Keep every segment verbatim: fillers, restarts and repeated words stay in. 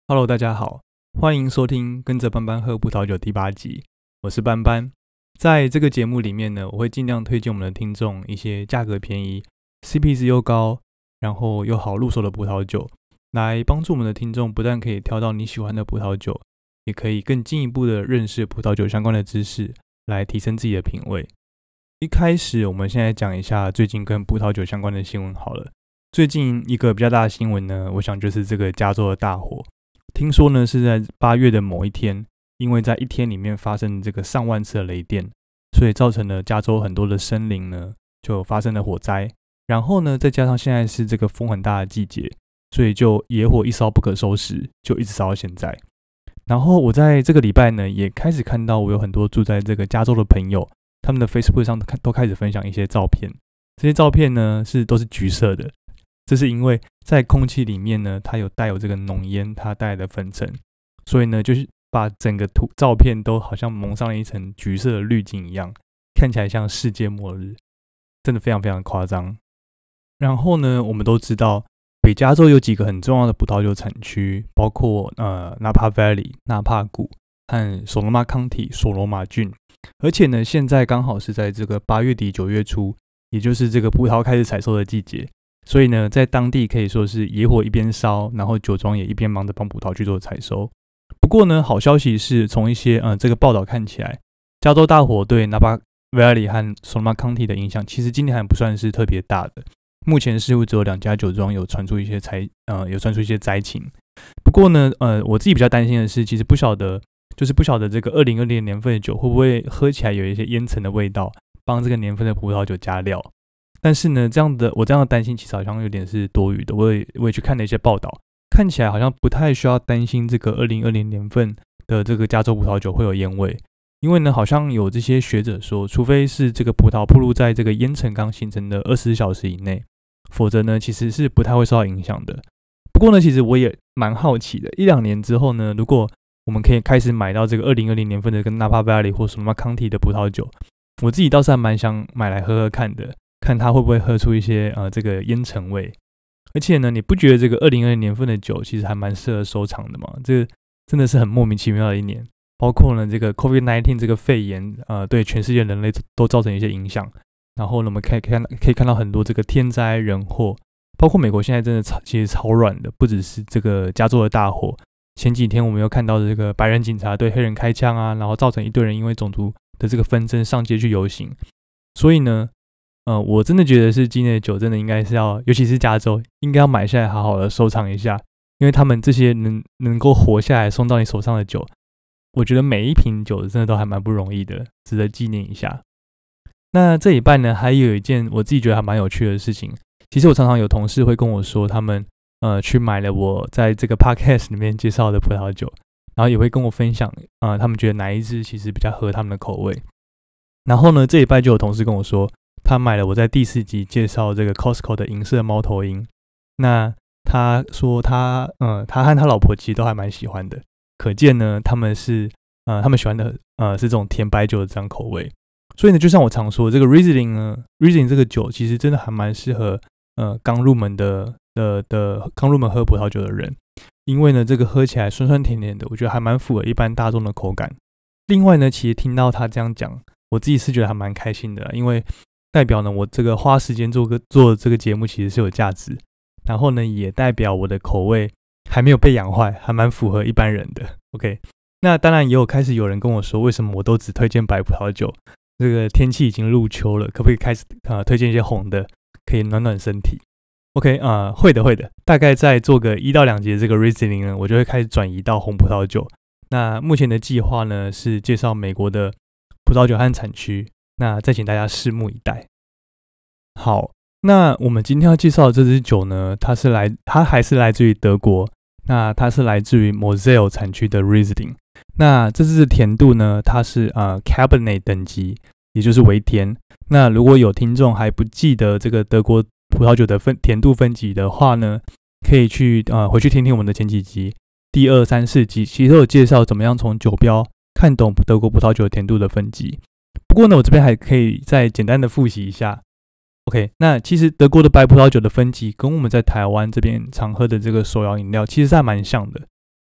Hello，大家好，欢迎收听跟着班班喝葡萄酒第八集，我是班班。在这个节目里面呢，我会尽量推荐我们的听众一些价格便宜、C P 值又高，然后又好入手的葡萄酒，来帮助我们的听众不但可以挑到你喜欢的葡萄酒，也可以更进一步的认识葡萄酒相关的知识，来提升自己的品味。一开始，我们现在讲一下最近跟葡萄酒相关的新闻好了。最近一个比较大的新闻呢，我想就是这个加州的大火。听说呢是在八月的某一天，因为在一天里面发生这个上万次的雷电，所以造成了加州很多的森林呢就发生了火灾。然后呢，再加上现在是这个风很大的季节，所以就野火一烧不可收拾，就一直烧到现在。然后我在这个礼拜呢，也开始看到我有很多住在这个加州的朋友，他们的 Facebook 上都开始分享一些照片。这些照片呢是都是橘色的，这是因为在空气里面呢，它有带有这个浓烟，它带来的粉尘，所以呢，就是把整个图照片都好像蒙上了一层橘色的滤镜一样，看起来像世界末日，真的非常非常夸张。然后呢，我们都知道北加州有几个很重要的葡萄酒产区，包括呃 Napa Valley 纳帕谷和 Sonoma County 索罗马郡，而且呢，现在刚好是在这个八月底九月初，也就是这个葡萄开始采收的季节。所以呢，在当地可以说是野火一边烧，然后酒庄也一边忙着帮葡萄去做采收。不过呢，好消息是从一些呃这个报道看起来，加州大火对 Napa Valley 和 Sonoma County 的影响，其实今年还不算是特别大的。目前似乎只有两家酒庄有传出一些灾呃有传出一些灾情。不过呢，呃我自己比较担心的是，其实不晓得就是不晓得这个二零二零年份的酒会不会喝起来有一些烟尘的味道，帮这个年份的葡萄酒加料。但是呢，这样的我这样的担心其实好像有点是多余的。我也我也去看了一些报道，看起来好像不太需要担心这个二零二零年份的这个加州葡萄酒会有烟味，因为呢，好像有这些学者说，除非是这个葡萄暴露在这个烟尘刚形成的二十四小时以内，否则呢，其实是不太会受到影响的。不过呢，其实我也蛮好奇的，一两年之后呢，如果我们可以开始买到这个二零二零年份的跟 Napa Valley 或 Sonoma County 的葡萄酒，我自己倒是还蛮想买来喝喝看的。看它会不会喝出一些呃这个烟尘味。而且呢，你不觉得这个二零二零年份的酒其实还蛮适合收藏的吗？这个真的是很莫名其妙的一年，包括呢这个 COVID 十九 这个肺炎呃对全世界人类都造成一些影响。然后呢，我们可以看可以看到很多这个天灾人祸，包括美国现在真的超其实超乱的，不只是这个加州的大火，前几天我们又看到这个白人警察对黑人开枪啊，然后造成一堆人因为种族的这个纷争上街去游行。所以呢。呃，我真的觉得是今年的酒真的应该是要，尤其是加州，应该要买下来好好的收藏一下，因为他们这些能能够活下来送到你手上的酒，我觉得每一瓶酒真的都还蛮不容易的，值得纪念一下。那这一半呢，还有一件我自己觉得还蛮有趣的事情，其实我常常有同事会跟我说，他们呃去买了我在这个 podcast 里面介绍的葡萄酒，然后也会跟我分享，呃，他们觉得哪一支其实比较合他们的口味。然后呢，这一半就有同事跟我说，他买了我在第四集介绍这个 Costco 的银色猫头鹰，那他说他呃他和他老婆其实都还蛮喜欢的，可见呢他们是呃他们喜欢的呃是这种甜白酒的这样口味。所以呢，就像我常说，这个 Riesling 呢 Riesling 这个酒其实真的还蛮适合呃刚入门的的的刚入门喝葡萄酒的人，因为呢这个喝起来酸酸甜甜的，我觉得还蛮符合一般大众的口感。另外呢，其实听到他这样讲，我自己是觉得还蛮开心的啦，因为代表呢，我这个花时间做个做这个节目其实是有价值，然后呢，也代表我的口味还没有被养坏，还蛮符合一般人的。OK， 那当然也有开始有人跟我说，为什么我都只推荐白葡萄酒？这个天气已经入秋了，可不可以开始呃推荐一些红的，可以暖暖身体 ？OK 啊、呃，会的会的，大概再做个一到两节这个 Riesling 呢，我就会开始转移到红葡萄酒。那目前的计划呢是介绍美国的葡萄酒和产区。那再请大家拭目以待。好，那我们今天要介绍的这支酒呢，它是来，它还是来自于德国。那它是来自于 Moselle 产区的 Riesling。那这支的甜度呢，它是呃 Cabernet 等级，也就是微甜。那如果有听众还不记得这个德国葡萄酒的分甜度分级的话呢，可以去呃回去听听我们的前几集，第二、三、四集，其实都有介绍怎么样从酒标看懂德国葡萄酒甜度的分级。不过呢，我这边还可以再简单的复习一下。OK， 那其实德国的白葡萄酒的分级跟我们在台湾这边常喝的这个手摇饮料其实是还蛮像的。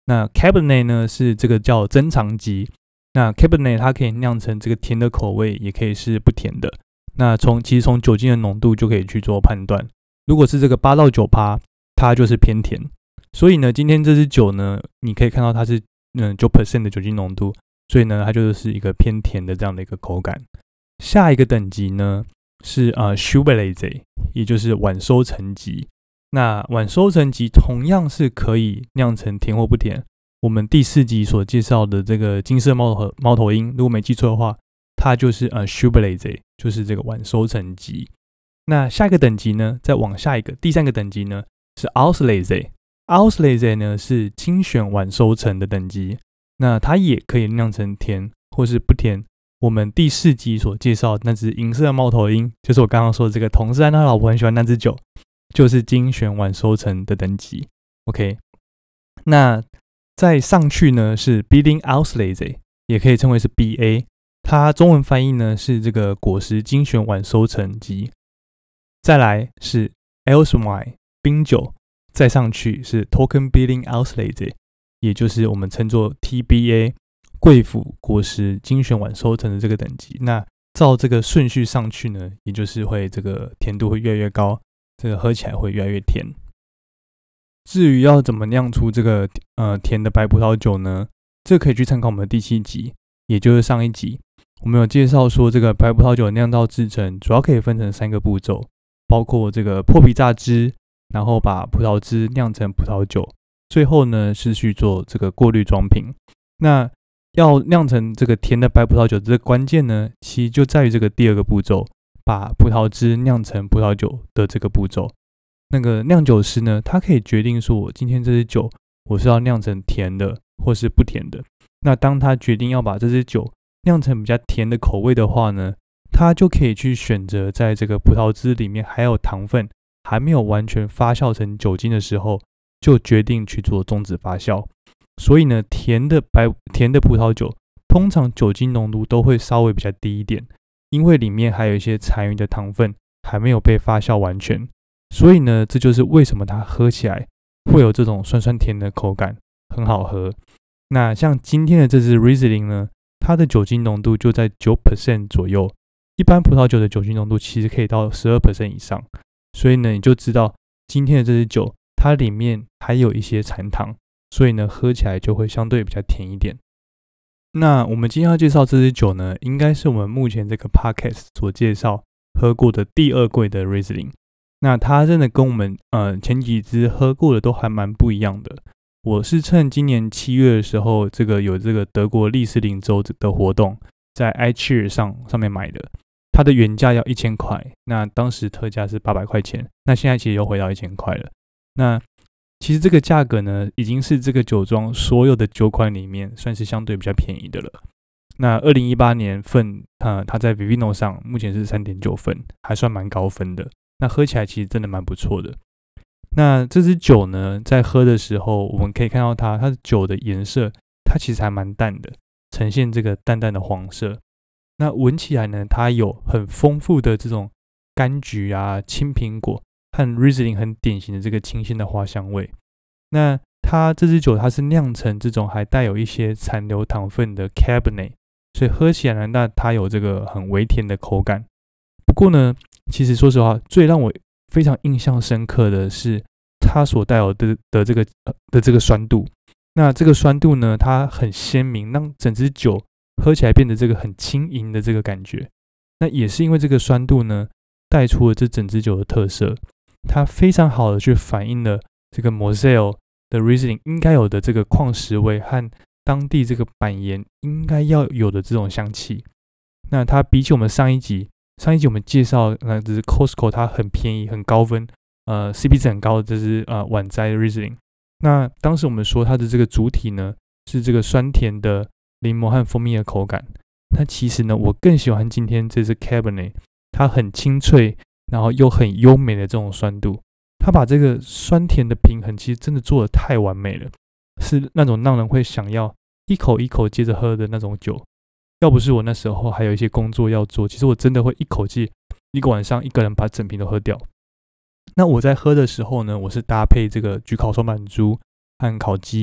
那 Cabernet 呢是这个叫增长级。那 Cabernet 它可以酿成这个甜的口味，也可以是不甜的。那从其实从酒精的浓度就可以去做判断。如果是这个 百分之八到九， 它就是偏甜。所以呢，今天这支酒呢，你可以看到它是嗯 百分之九 的酒精浓度，所以呢，它就是一个偏甜的这样的一个口感。下一个等级呢是呃 Schubelese， 也就是晚收成级。那晚收成级同样是可以酿成甜或不甜。我们第四集所介绍的这个金色猫头猫头鹰，如果没记错的话，它就是呃 Schubelese， 就是这个晚收成级。那下一个等级呢，再往下一个第三个等级呢是 Auslese。Auslese 呢是精选晚收成的等级，那它也可以酿成甜或是不甜。我们第四集所介绍的那只银色猫头鹰，就是我刚刚说的这个同事和他老婆很喜欢那只酒，就是精选晚收成的等级。OK， 那再上去呢是 Bidding Auslese， 也可以称为是 B A， 它中文翻译呢是这个果实精选晚收成级。再来是 Elsewine 冰酒，再上去是 Token Bidding Auslese， 也就是我们称作 T B A 贵腐果实精选晚收成的这个等级。那照这个顺序上去呢，也就是会这个甜度会越来越高，这个喝起来会越来越甜。至于要怎么酿出这个呃甜的白葡萄酒呢？这可以去参考我们的第七集，也就是上一集我们有介绍说，这个白葡萄酒酿造制程主要可以分成三个步骤，包括这个破皮榨汁，然后把葡萄汁酿成葡萄酒，最后呢是去做这个过滤装瓶。那要酿成这个甜的白葡萄酒，这个关键呢，其实就在于这个第二个步骤，把葡萄汁酿成葡萄酒的这个步骤。那个酿酒师呢，他可以决定说，我今天这支酒我是要酿成甜的，或是不甜的。那当他决定要把这支酒酿成比较甜的口味的话呢，他就可以去选择在这个葡萄汁里面还有糖分还没有完全发酵成酒精的时候，就决定去做终止发酵。所以呢，甜的白甜的葡萄酒通常酒精浓度都会稍微比较低一点，因为里面还有一些残余的糖分还没有被发酵完全。所以呢，这就是为什么它喝起来会有这种酸酸甜的口感，很好喝。那像今天的这支 Riesling 呢，它的酒精浓度就在 百分之九 左右，一般葡萄酒的酒精浓度其实可以到 百分之十二 以上。所以呢，你就知道今天的这支酒它里面还有一些残糖，所以呢，喝起来就会相对比较甜一点。那我们今天要介绍这支酒呢，应该是我们目前这个 podcast 所介绍喝过的第二贵的 Riesling。那它真的跟我们呃前几支喝过的都还蛮不一样的。我是趁今年七月的时候，这个有这个德国利斯林州的活动，在 iCheer 上上面买的。它的原价要一千块，那当时特价是八百块钱，那现在其实又回到一千块了。那其实这个价格呢，已经是这个酒庄所有的酒款里面算是相对比较便宜的了。那二零一八年份，呃，它在 Vivino 上目前是 三点九 分，还算蛮高分的。那喝起来其实真的蛮不错的。那这支酒呢，在喝的时候，我们可以看到它，它的酒的颜色，它其实还蛮淡的，呈现这个淡淡的黄色。那闻起来呢，它有很丰富的这种柑橘啊、青苹果和 Riesling 很典型的这个清新的花香味。那它这支酒它是酿成这种还带有一些残留糖分的 Cabernet， 所以喝起来呢，那它有这个很微甜的口感。不过呢，其实说实话，最让我非常印象深刻的是它所带有的的这个、呃、的这个酸度。那这个酸度呢，它很鲜明，让整支酒喝起来变得这个很轻盈的这个感觉。那也是因为这个酸度呢，带出了这整支酒的特色，它非常好的去反映了这个 Moselle 的 Riesling 应该有的这个矿石味和当地这个板岩应该要有的这种香气。那它比起我们上一集。上一集我们介绍那只是 Costco， 它很便宜、很高分，呃 ，C P 值很高的这支呃晚摘的 Riesling。那当时我们说它的这个主体呢是这个酸甜的柠檬和蜂蜜的口感。那其实呢，我更喜欢今天这支 Cabernet， 它很清脆，然后又很优美的这种酸度。它把这个酸甜的平衡其实真的做得太完美了，是那种让人会想要一口一口接着喝的那种酒。要不是我那时候还有一些工作要做，其实我真的会一口气一个晚上一个人把整瓶都喝掉。那我在喝的时候呢，我是搭配这个焗烤松板猪和烤鸡。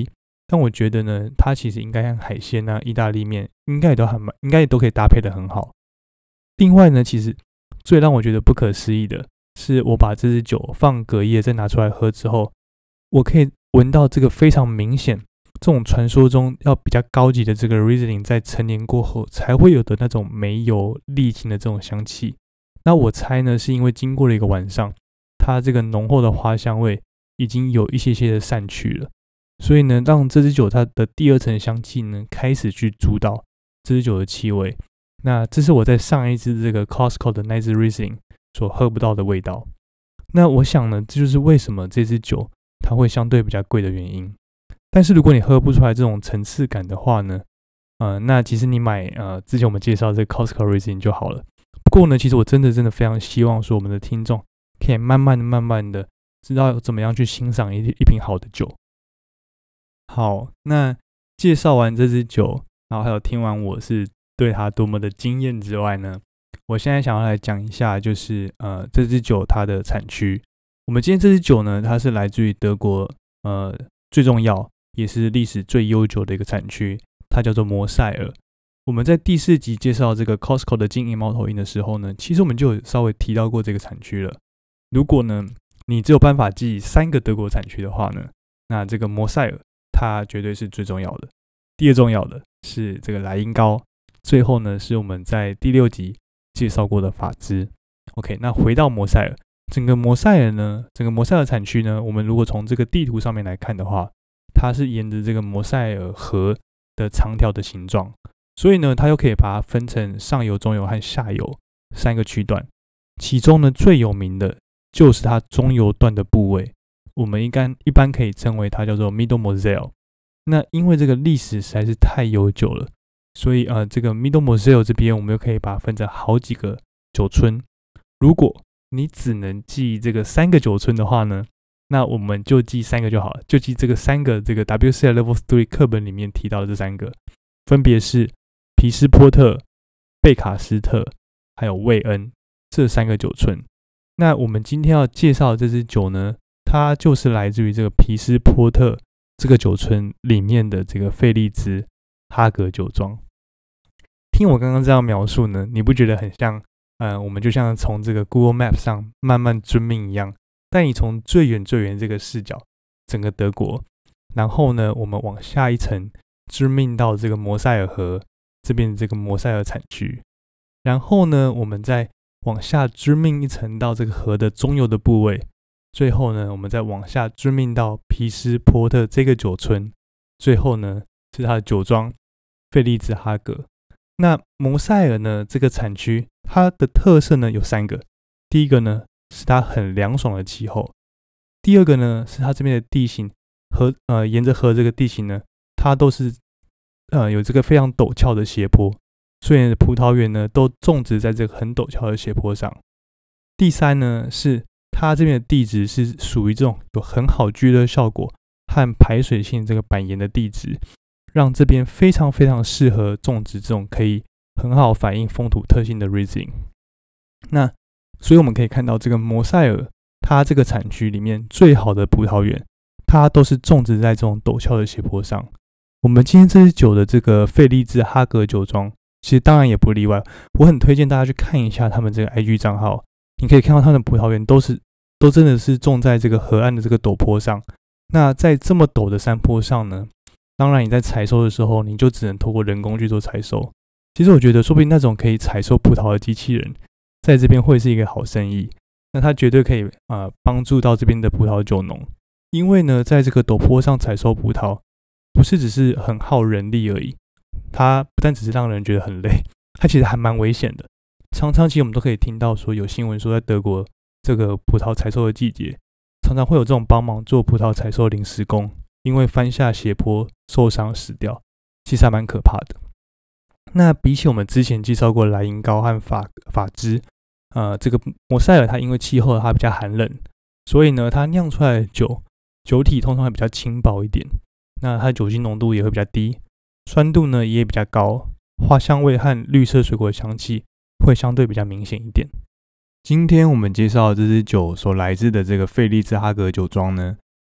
但我觉得呢，它其实应该和海鲜啊、意大利面应该也都还蛮，应该也都可以搭配的很好。另外呢，其实最让我觉得不可思议的是，我把这支酒放隔夜再拿出来喝之后，我可以闻到这个非常明显，这种传说中要比较高级的这个 Riesling 在陈年过后才会有的那种梅油沥青的这种香气。那我猜呢，是因为经过了一个晚上，它这个浓厚的花香味已经有一些些的散去了，所以呢，让这支酒它的第二层香气呢开始去主导这支酒的气味。那这是我在上一支这个 Costco 的那支 Riesling 所喝不到的味道。那我想呢，这就是为什么这支酒它会相对比较贵的原因。但是如果你喝不出来这种层次感的话呢，呃，那其实你买呃之前我们介绍这个 Costco Riesling 就好了。不过呢，其实我真的真的非常希望说我们的听众可以慢慢的、慢慢的知道怎么样去欣赏一一瓶好的酒。好，那介绍完这支酒，然后还有听完我是对它多么的惊艳之外呢，我现在想要来讲一下，就是呃这支酒它的产区。我们今天这支酒呢，它是来自于德国，呃最重要也是历史最悠久的一个产区，它叫做摩塞尔。我们在第四集介绍这个 Costco 的金银猫头鹰的时候呢，其实我们就有稍微提到过这个产区了。如果呢你只有办法记三个德国产区的话呢，那这个摩塞尔它绝对是最重要的。第二重要的是这个莱茵高，最后呢是我们在第六集介绍过的法兹。OK， 那回到摩塞尔，整个摩塞尔呢，整个摩塞尔产区呢，我们如果从这个地图上面来看的话，它是沿着这个摩塞尔河的长条的形状，所以呢，它又可以把它分成上游、中游和下游三个区段。其中呢，最有名的就是它中游段的部位，我们应该一般可以称为它叫做 Middle Moselle。那因为这个历史实在是太悠久了，所以呃，这个 Middle Moselle 这边我们又可以把它分成好几个酒村。如果你只能记这个三个酒村的话呢，那我们就记三个就好了，就记这个三个这个 W C L Level 三课本里面提到的这三个，分别是皮斯波特、贝卡斯特还有魏恩这三个酒村。那我们今天要介绍的这支酒呢，它就是来自于这个皮斯波特这个酒村里面的这个费利兹哈格酒庄。听我刚刚这样描述呢，你不觉得很像呃，我们就像从这个 Google Map 上慢慢遵命一样，带你从最远最远这个视角，整个德国，然后呢，我们往下一层遵命到这个摩塞尔河这边的这个摩塞尔产区，然后呢，我们再往下遵命一层到这个河的中游的部位，最后呢，我们再往下遵命到皮斯波特这个酒村，最后呢是它的酒庄费利兹哈格。那摩塞尔呢这个产区，它的特色呢有三个。第一个呢是它很凉爽的气候，第二个呢是它这边的地形，河呃沿着河这个地形呢，它都是呃有这个非常陡峭的斜坡，所以葡萄园呢都种植在这个很陡峭的斜坡上。第三呢是它这边的地质是属于这种有很好聚热效果和排水性这个板岩的地质，让这边非常非常适合种植这种可以很好反映风土特性的 Riesling。 那所以我们可以看到这个摩塞尔它这个产区里面最好的葡萄园，它都是种植在这种陡峭的斜坡上。我们今天这支酒的这个费利兹哈格酒庄其实当然也不例外，我很推荐大家去看一下他们这个 I G 账号，你可以看到他们的葡萄园都是都真的是种在这个河岸的这个陡坡上。那在这么陡的山坡上呢，当然你在采收的时候你就只能透过人工去做采收。其实我觉得说不定那种可以采收葡萄的机器人在这边会是一个好生意，那它绝对可以呃帮助到这边的葡萄酒农。因为呢在这个陡坡上采收葡萄不是只是很耗人力而已，它不但只是让人觉得很累，它其实还蛮危险的。常常其实我们都可以听到说有新闻说在德国这个葡萄采收的季节，常常会有这种帮忙做葡萄采收的临时工因为翻下斜坡受伤死掉，其实还蛮可怕的。那比起我们之前介绍过莱茵高和法法兹，呃，这个摩塞尔它因为气候它比较寒冷，所以呢它酿出来的酒酒体通常会比较轻薄一点，那它的酒精浓度也会比较低，酸度呢也比较高，花香味和绿色水果的香气会相对比较明显一点。今天我们介绍的这支酒所来自的这个费利兹哈格酒庄呢，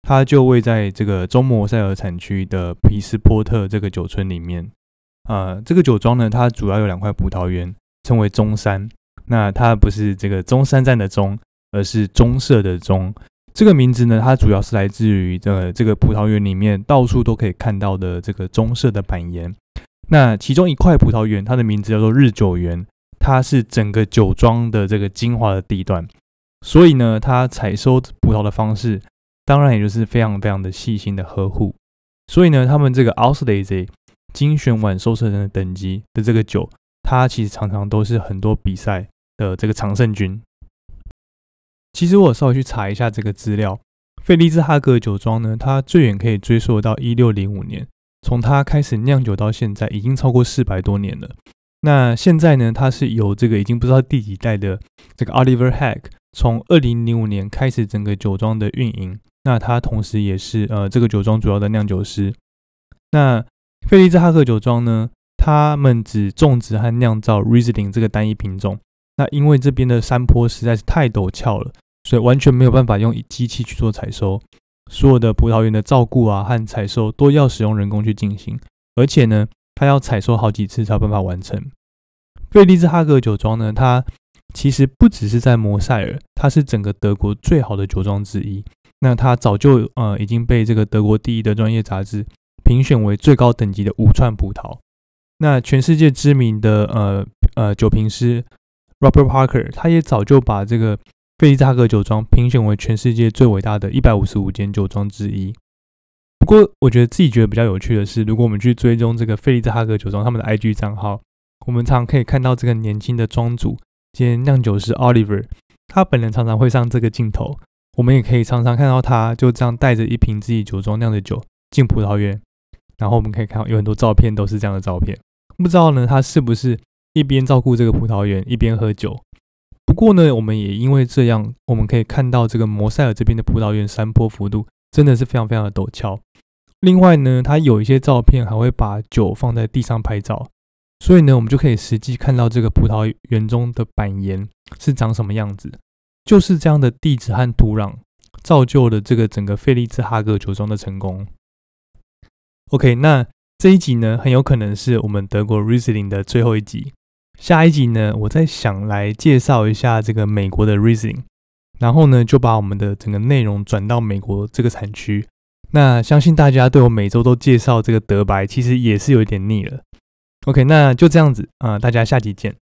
它就位在这个中摩塞尔产区的皮斯波特这个酒村里面。呃，这个酒庄呢，它主要有两块葡萄园，称为中山。那它不是这个中山站的中，而是棕色的棕。这个名字呢，它主要是来自于呃这个葡萄园里面到处都可以看到的这个棕色的板岩。那其中一块葡萄园，它的名字叫做日酒园，它是整个酒庄的这个精华的地段。所以呢，它采收葡萄的方式，当然也就是非常非常的细心的呵护。所以呢，他们这个 Auslese 精选晚收成人的等级的这个酒，它其实常常都是很多比赛的这个常胜军。其实我有稍微去查一下这个资料，费利兹哈格酒庄呢，它最远可以追溯到一六零五年，从它开始酿酒到现在，已经超过四百多年了。那现在呢，它是由这个已经不知道第几代的这个 Oliver Hack 从二零零五年开始整个酒庄的运营。那他同时也是呃这个酒庄主要的酿酒师。那费利兹哈克酒庄呢，他们只种植和酿造 Riesling 这个单一品种。那因为这边的山坡实在是太陡峭了，所以完全没有办法用机器去做采收。所有的葡萄园的照顾啊和采收都要使用人工去进行，而且呢，它要采收好几次才有办法完成。费利兹哈格酒庄呢，它其实不只是在摩塞尔，它是整个德国最好的酒庄之一。那它早就呃已经被这个德国第一的专业杂志评选为最高等级的五串葡萄。那全世界知名的呃呃酒评师 Robert Parker， 他也早就把这个费利兹哈格酒庄评选为全世界最伟大的一百五十五间酒庄之一。不过我觉得自己觉得比较有趣的是，如果我们去追踪这个费利兹哈格酒庄他们的 I G 账号，我们常可以看到这个年轻的庄主兼酿酒师 Oliver， 他本人常常会上这个镜头。我们也可以常常看到他就这样带着一瓶自己酒庄酿的酒进葡萄园，然后我们可以看到有很多照片都是这样的照片。不知道呢，他是不是一边照顾这个葡萄园一边喝酒？不过呢，我们也因为这样，我们可以看到这个摩塞尔这边的葡萄园山坡幅度真的是非常非常的陡峭。另外呢，他有一些照片还会把酒放在地上拍照，所以呢，我们就可以实际看到这个葡萄园中的板岩是长什么样子。就是这样的地质和土壤造就了这个整个费利兹哈格酒庄的成功。OK， 那这一集呢，很有可能是我们德国 Riesling 的最后一集。下一集呢，我再想来介绍一下这个美国的 Riesling， 然后呢，就把我们的整个内容转到美国这个产区。那相信大家对我每周都介绍这个德白，其实也是有一点腻了。OK， 那就这样子啊、呃，大家下集见。